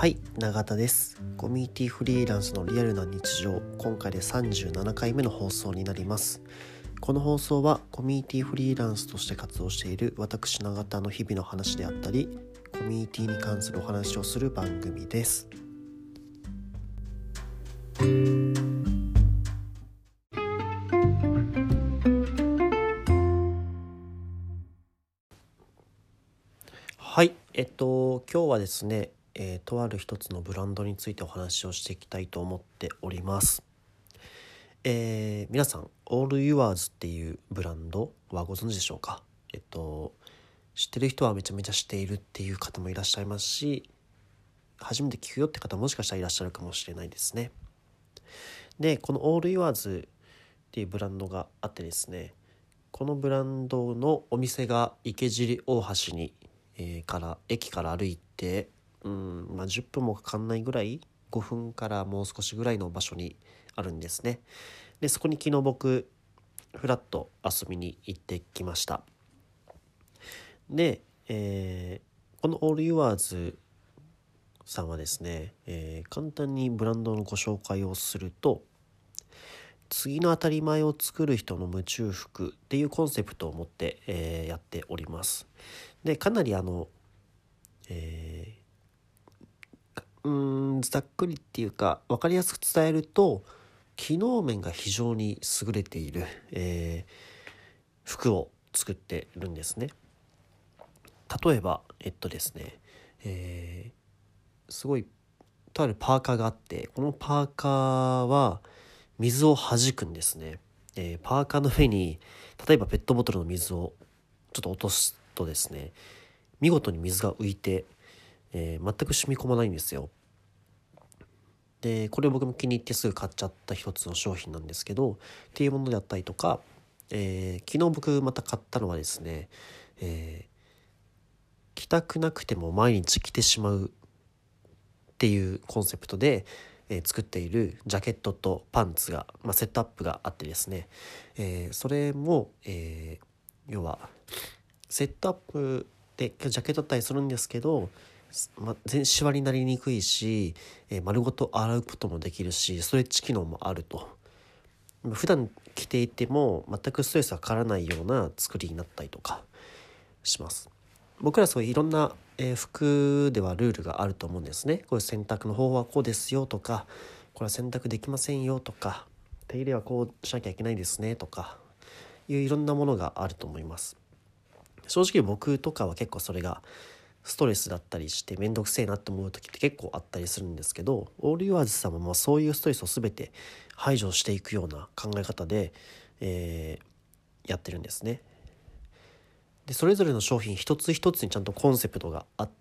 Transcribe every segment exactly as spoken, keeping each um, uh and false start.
はい、永田です。コミュニティフリーランスのリアルな日常、今回でさんじゅうななかいめの放送になります。この放送はコミュニティフリーランスとして活動している私永田の日々の話であったり、コミュニティに関するお話をする番組です。はい、えっと今日はですね、えー、とある一つのブランドについてお話をしていきたいと思っております。えー、皆さん All Yours っていうブランドはご存知でしょうか。えっと知ってる人はめちゃめちゃ知っているっていう方もいらっしゃいますし、初めて聞くよって方もしかしたらいらっしゃるかもしれないですね。でこの All Yours っていうブランドがあってですね、このブランドのお店が池尻大橋に、えー、から駅から歩いてうん、まあ、じゅっぷんもかかんないぐらい、ごふんからもう少しぐらいの場所にあるんですね。でそこに昨日僕フラッと遊びに行ってきました。で、えーこの All Yours さんはですね、えー簡単にブランドのご紹介をすると、次の当たり前を作る人の夢中服っていうコンセプトを持って、えーやっております。でかなりあの、えーうーんざっくりっていうか分かりやすく伝えると、機能面が非常に優れている、えー服を作ってるんですね。例えばえっとですね、えーすごいとあるパーカーがあって、このパーカーは水を弾くんですね。えーパーカーの上に例えばペットボトルの水をちょっと落とすとですね、見事に水が浮いて、えー全く染み込まないんですよ。でこれ僕も気に入ってすぐ買っちゃった一つの商品なんですけど、っていうものであったりとか、えー昨日僕また買ったのはですね、えー着たくなくても毎日着てしまうっていうコンセプトで、えー作っているジャケットとパンツが、まあ、セットアップがあってですね、えーそれも、えー要はセットアップでジャケットだったりするんですけど、ま、全シワになりにくいし、えー丸ごと洗うこともできるし、ストレッチ機能もあると。普段着ていても全くストレスがかからないような作りになったりとかします。僕らそういういろんな、えー服ではルールがあると思うんですね。こういう洗濯の方法はこうですよとか、これは洗濯できませんよとか、手入れはこうしなきゃいけないですねとかいういろんなものがあると思います。正直僕とかは結構それがストレスだったりしてめんどくせえなって思う時って結構あったりするんですけど、オールユアーズさんもまあそういうストレスを全て排除していくような考え方で、えーやってるんですね。でそれぞれの商品一つ一つにちゃんとコンセプトがあって、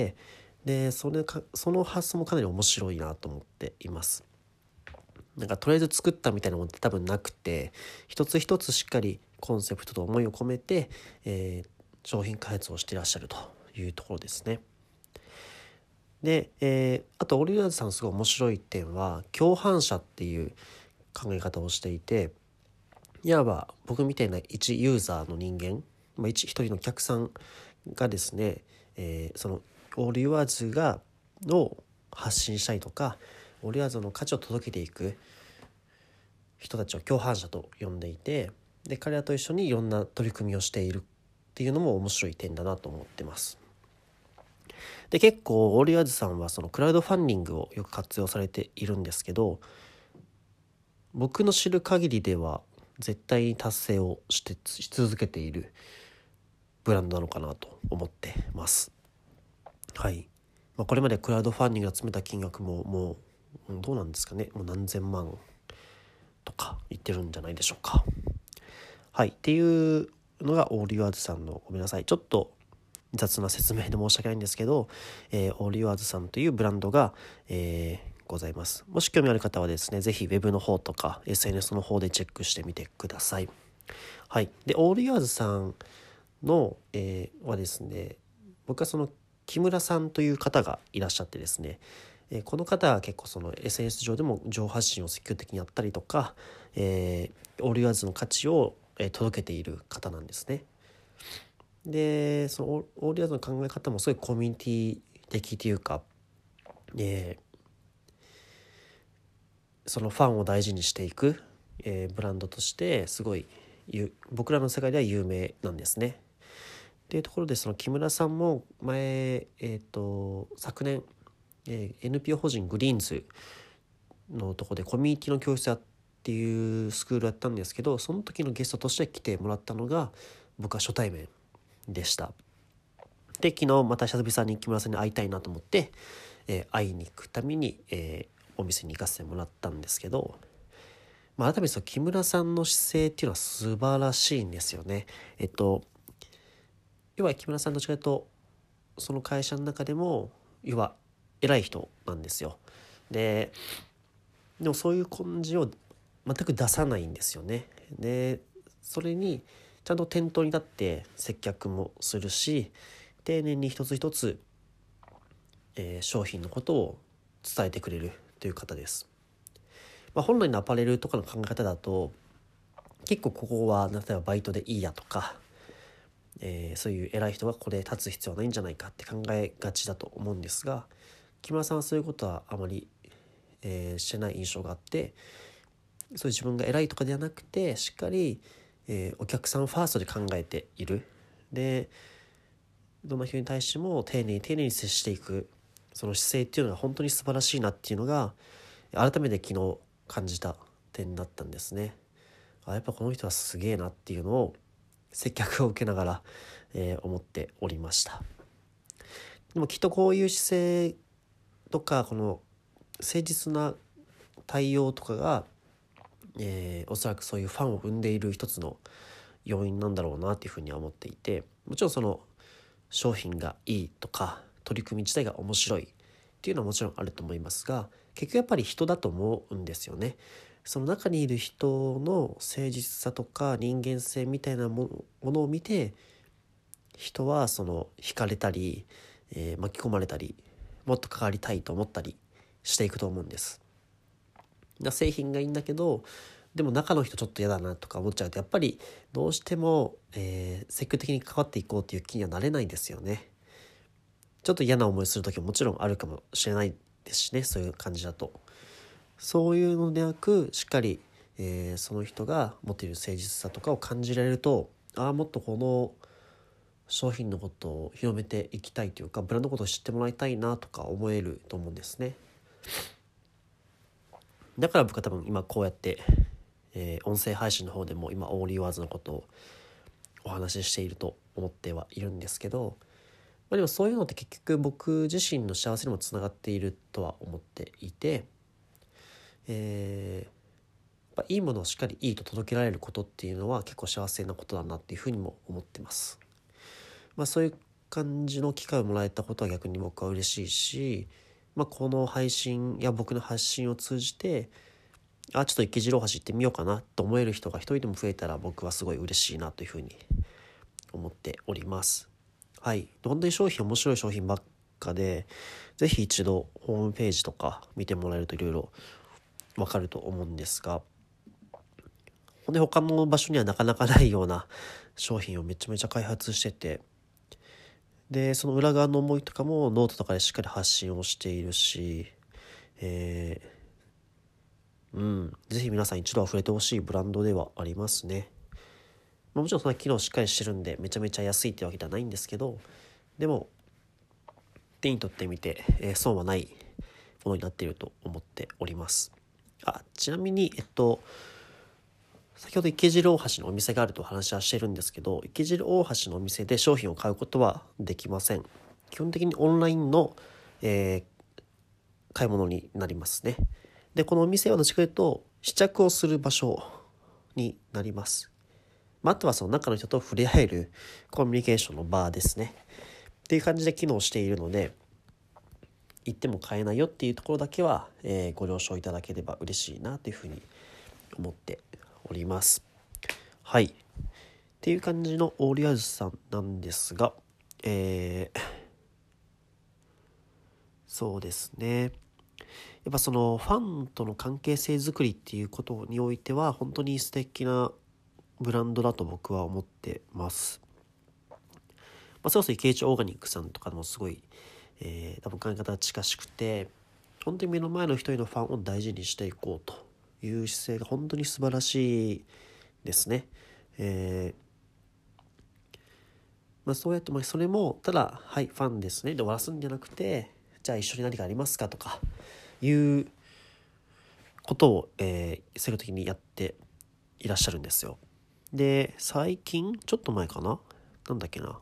でそれかその発想もかなり面白いなと思っています。なんかとりあえず作ったみたいなものって多分なくて、一つ一つしっかりコンセプトと思いを込めて、えー商品開発をしていらっしゃるというところですね。で、えーあとオリラーズさんすごい面白い点は共犯者っていう考え方をしていて、いわば僕みたいな一ユーザーの人間、まあ、一一人のお客さんがですね、えーそのオールユアーズがを発信したりとか、オールユアーズの価値を届けていく人たちを共犯者と呼んでいて、で彼らと一緒にいろんな取り組みをしているっていうのも面白い点だなと思ってます。で結構オールユアーズさんはそのクラウドファンディングをよく活用されているんですけど、僕の知る限りでは絶対に達成をしてし続けているブランドなのかなと思ってます。はい、まあ、これまでクラウドファンディングが集めた金額ももうどうなんですかね、もう何千万とか言ってるんじゃないでしょうか。はいっていうのがオールユアーズさんの、ごめんなさいちょっと雑な説明で申し訳ないんですけど、えー、オールユアーズさんというブランドが、えーございます。もし興味ある方はですね、ぜひウェブの方とか エスエヌエス の方でチェックしてみてください。はい。で、オールユアーズさんの、えーはですね、僕はその木村さんという方がいらっしゃってですね、えーこの方は結構その エスエヌエス 上でも情報発信を積極的にやったりとか、えーオールユアーズの価値を、えー届けている方なんですね。で、そのオールユアーズの考え方もすごいコミュニティ的というか、 えーそのファンを大事にしていく、えーブランドとしてすごい僕らの世界では有名なんですね。っていうところで、その木村さんも前、えー、と昨年、えー エヌピーオー 法人グリーンズのとこでコミュニティの教室っていうスクールやったんですけど、その時のゲストとして来てもらったのが僕は初対面でした。で、昨日また久々に木村さんに会いたいなと思って、えー会いに行くために、えーお店に行かせてもらったんですけど、まあ、改めてその木村さんの姿勢っていうのは素晴らしいんですよね。えっと要は木村さんどっちかというとその会社の中でも要は偉い人なんですよ。ででもそういう感じを全く出さないんですよね。でそれにちゃんと店頭に立って接客もするし、丁寧に一つ一つ、えー商品のことを伝えてくれるという方です。まあ、本来のアパレルとかの考え方だと結構ここは例えばバイトでいいやとか、えーそういう偉い人がここで立つ必要はないんじゃないかって考えがちだと思うんですが、木村さんはそういうことはあまり、えーしてない印象があって、そういう自分が偉いとかではなくてしっかり、えーお客さんファーストで考えている。でどんな人に対しても丁寧に丁寧に接していく、その姿勢っていうのが本当に素晴らしいなっていうのが改めて昨日感じた点だったんですね。あ、やっぱこの人はすげえなっていうのを接客を受けながら、えー思っておりました。でもきっとこういう姿勢とかこの誠実な対応とかが、えーおそらくそういうファンを生んでいる一つの要因なんだろうなっていうふうには思っていて、もちろんその商品がいいとか取り組み自体が面白いっていうのはもちろんあると思いますが、結局やっぱり人だと思うんですよね。その中にいる人の誠実さとか人間性みたいなものを見て、人はその惹かれたり、えー巻き込まれたり、もっと関わりたいと思ったりしていくと思うんです。だ製品がいいんだけどでも中の人ちょっと嫌だなとか思っちゃうと、やっぱりどうしても、えー積極的に関わっていこうっていう気にはなれないんですよね。ちょっと嫌な思いする時ももちろんあるかもしれないですしね、そういう感じだと。そういうのでなくしっかり、えーその人が持っている誠実さとかを感じられると、ああもっとこの商品のことを広めていきたいというか、ブランドのことを知ってもらいたいなとか思えると思うんですね。だから僕は多分今こうやって、えー音声配信の方でも今オーリーワーズのことをお話ししていると思ってはいるんですけど、まあ、でもそういうのって結局僕自身の幸せにもつながっているとは思っていて、えーやっぱいいものをしっかりいいと届けられることっていうのは結構幸せなことだなっていうふうにも思ってます。まあ、そういう感じの機会をもらえたことは逆に僕は嬉しいし、まあ、この配信や僕の発信を通じてあちょっと池次郎橋行ってみようかなと思える人が一人でも増えたら僕はすごい嬉しいなというふうに思っております。はい、本当に商品面白い商品ばっかで、ぜひ一度ホームページとか見てもらえるといろいろわかると思うんですが、ほんで他の場所にはなかなかないような商品をめちゃめちゃ開発してて、でその裏側の思いとかもノートとかでしっかり発信をしているし、えー、うんぜひ皆さん一度は触れてほしいブランドではありますね。もちろんそんな機能しっかりしてるんでめちゃめちゃ安いってわけではないんですけど、でも手に取ってみて、えー損はないものになっていると思っております。あちなみにえっと先ほど池尻大橋のお店があるとお話はしてるんですけど、池尻大橋のお店で商品を買うことはできません。基本的にオンラインの、えー買い物になりますね。でこのお店はどっちかというと試着をする場所になります。まあ、あとはその中の人と触れ合えるコミュニケーションの場ですねっていう感じで機能しているので、行っても買えないよっていうところだけは、えーご了承いただければ嬉しいなというふうに思っております。はい。っていう感じのオーリアーズさんなんですが、えー、そうですね。やっぱそのファンとの関係性づくりっていうことにおいては本当に素敵なブランドだと僕は思ってます。まあ、それこそ池内オーガニックさんとかもすごい、えー、多分考え方が近しくて、 本当に目の前の一人のファンを大事にしていこうという姿勢が本当に素晴らしいですね。えーまあ、そうやって、まあ、それもただはいファンですねで終わらすんじゃなくて、じゃあ一緒に何かありますかとかいうことを、えー、積極的にやっていらっしゃるんですよ。で最近ちょっと前かななんだっけな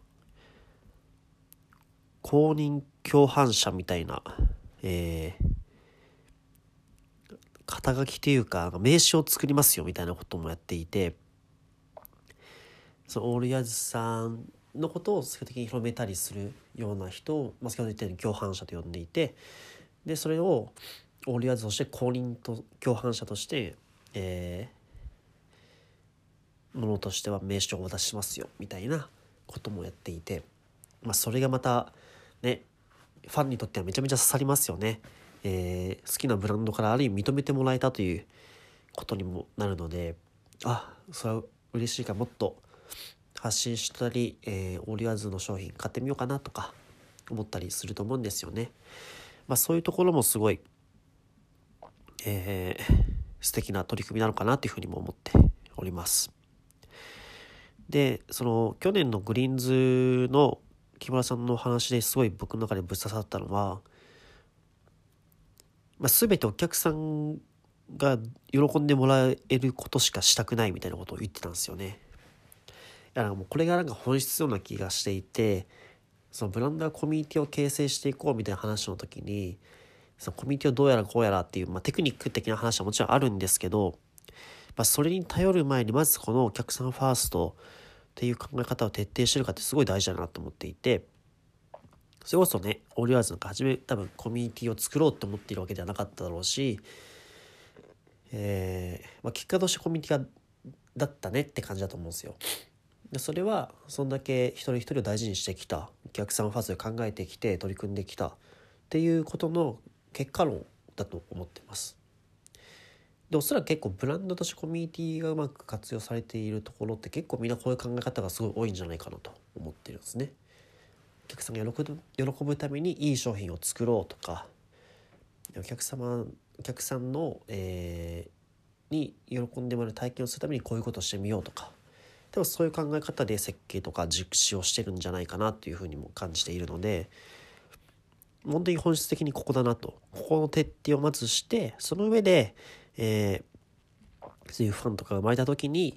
公認共犯者みたいな、えー、肩書きというか名刺を作りますよみたいなこともやっていて、そのオールイヤーズさんのことを積極的に広めたりするような人を、まあ、先ほど言ったように共犯者と呼んでいて、でそれをオールイヤーズとして公認と共犯者として、えー、ものとしては名刺をお渡ししますよみたいなこともやっていて、まあ、それがまたねファンにとってはめちゃめちゃ刺さりますよね。えー、好きなブランドからある意味認めてもらえたということにもなるので、あそれは嬉しいからもっと発信したり、えー、オールイヤーズの商品買ってみようかなとか思ったりすると思うんですよね。まあ、そういうところもすごい、えー、素敵な取り組みなのかなというふうにも思っております。でその去年のグリーンズの木村さんの話ですごい僕の中でぶっ刺さったのは、まあ、全てお客さんが喜んでもらえることしかしたくないみたいなことを言ってたんですよね。いやもうこれがなんか本質ような気がしていて、そのブランドはコミュニティを形成していこうみたいな話の時に、そのコミュニティをどうやらこうやらっていう、まあ、テクニック的な話はもちろんあるんですけど、まあ、それに頼る前にまずこのお客さんファーストっていう考え方を徹底してるかってすごい大事だなと思っていて、それこそねオールイヤーズなんか初め多分コミュニティを作ろうと思っているわけではなかっただろうし、えーまあ、結果としてコミュニティがだったねって感じだと思うんですよ。でそれはそんだけ一人一人を大事にしてきた、お客さんファーストで考えてきて取り組んできたっていうことの結果論だと思ってます。でおそらく結構ブランドとしてコミュニティがうまく活用されているところって結構みんなこういう考え方がすごい多いんじゃないかなと思ってるんですね。お客さんが喜ぶ、喜ぶためにいい商品を作ろうとか、お客様お客さんの、えー、に喜んでもらう体験をするためにこういうことをしてみようとか、でもそういう考え方で設計とか実施をしてるんじゃないかなというふうにも感じているので、本当に本質的にここだなと、ここの徹底をまずして、その上で、えー、そういうファンとかが生まれた時に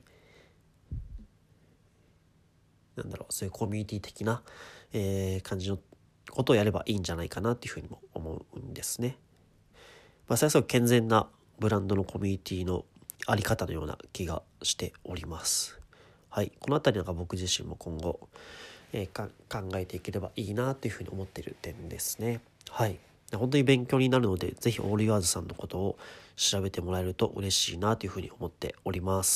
なんだろうそういうコミュニティ的な、えー、感じのことをやればいいんじゃないかなっていうふうにも思うんですね。まあ、それはすごく健全なブランドのコミュニティのあり方のような気がしております。はい、このあたりなんか僕自身も今後、えー、考えていければいいなというふうに思っている点ですね。はい、本当に勉強になるので、ぜひオールイヤーズさんのことを調べてもらえると嬉しいなというふうに思っております。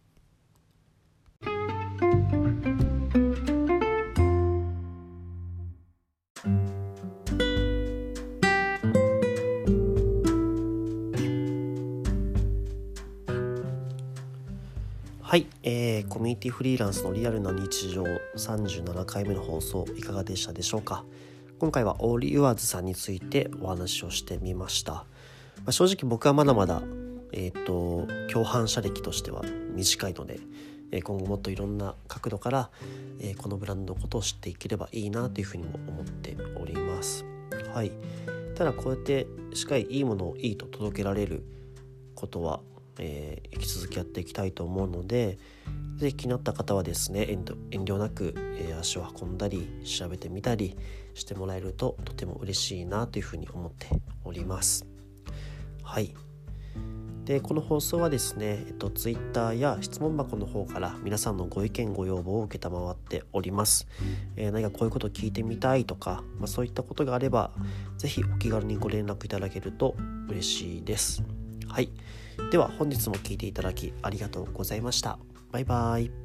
はい、えー、コミュニティフリーランスのリアルな日常さんじゅうななかいめの放送いかがでしたでしょうか。今回はオールユアーズさんについてお話をしてみました。まあ、正直僕はまだまだ、えー、と共犯者歴としては短いので、えー、今後もっといろんな角度から、えー、このブランドのことを知っていければいいなというふうにも思っております。はい、ただこうやってしっかりいいものをいいと届けられることはえー、引き続きやっていきたいと思うので、ぜひ気になった方はですね遠慮、遠慮なく、えー、足を運んだり調べてみたりしてもらえるととても嬉しいなというふうに思っております。はい、でこの放送はですね、えっと、Twitter や質問箱の方から皆さんのご意見ご要望を受けたまわっております。えー、何かこういうことを聞いてみたいとか、まあ、そういったことがあればぜひお気軽にご連絡いただけると嬉しいです。はい、では本日も聞いていただきありがとうございました。バイバイ。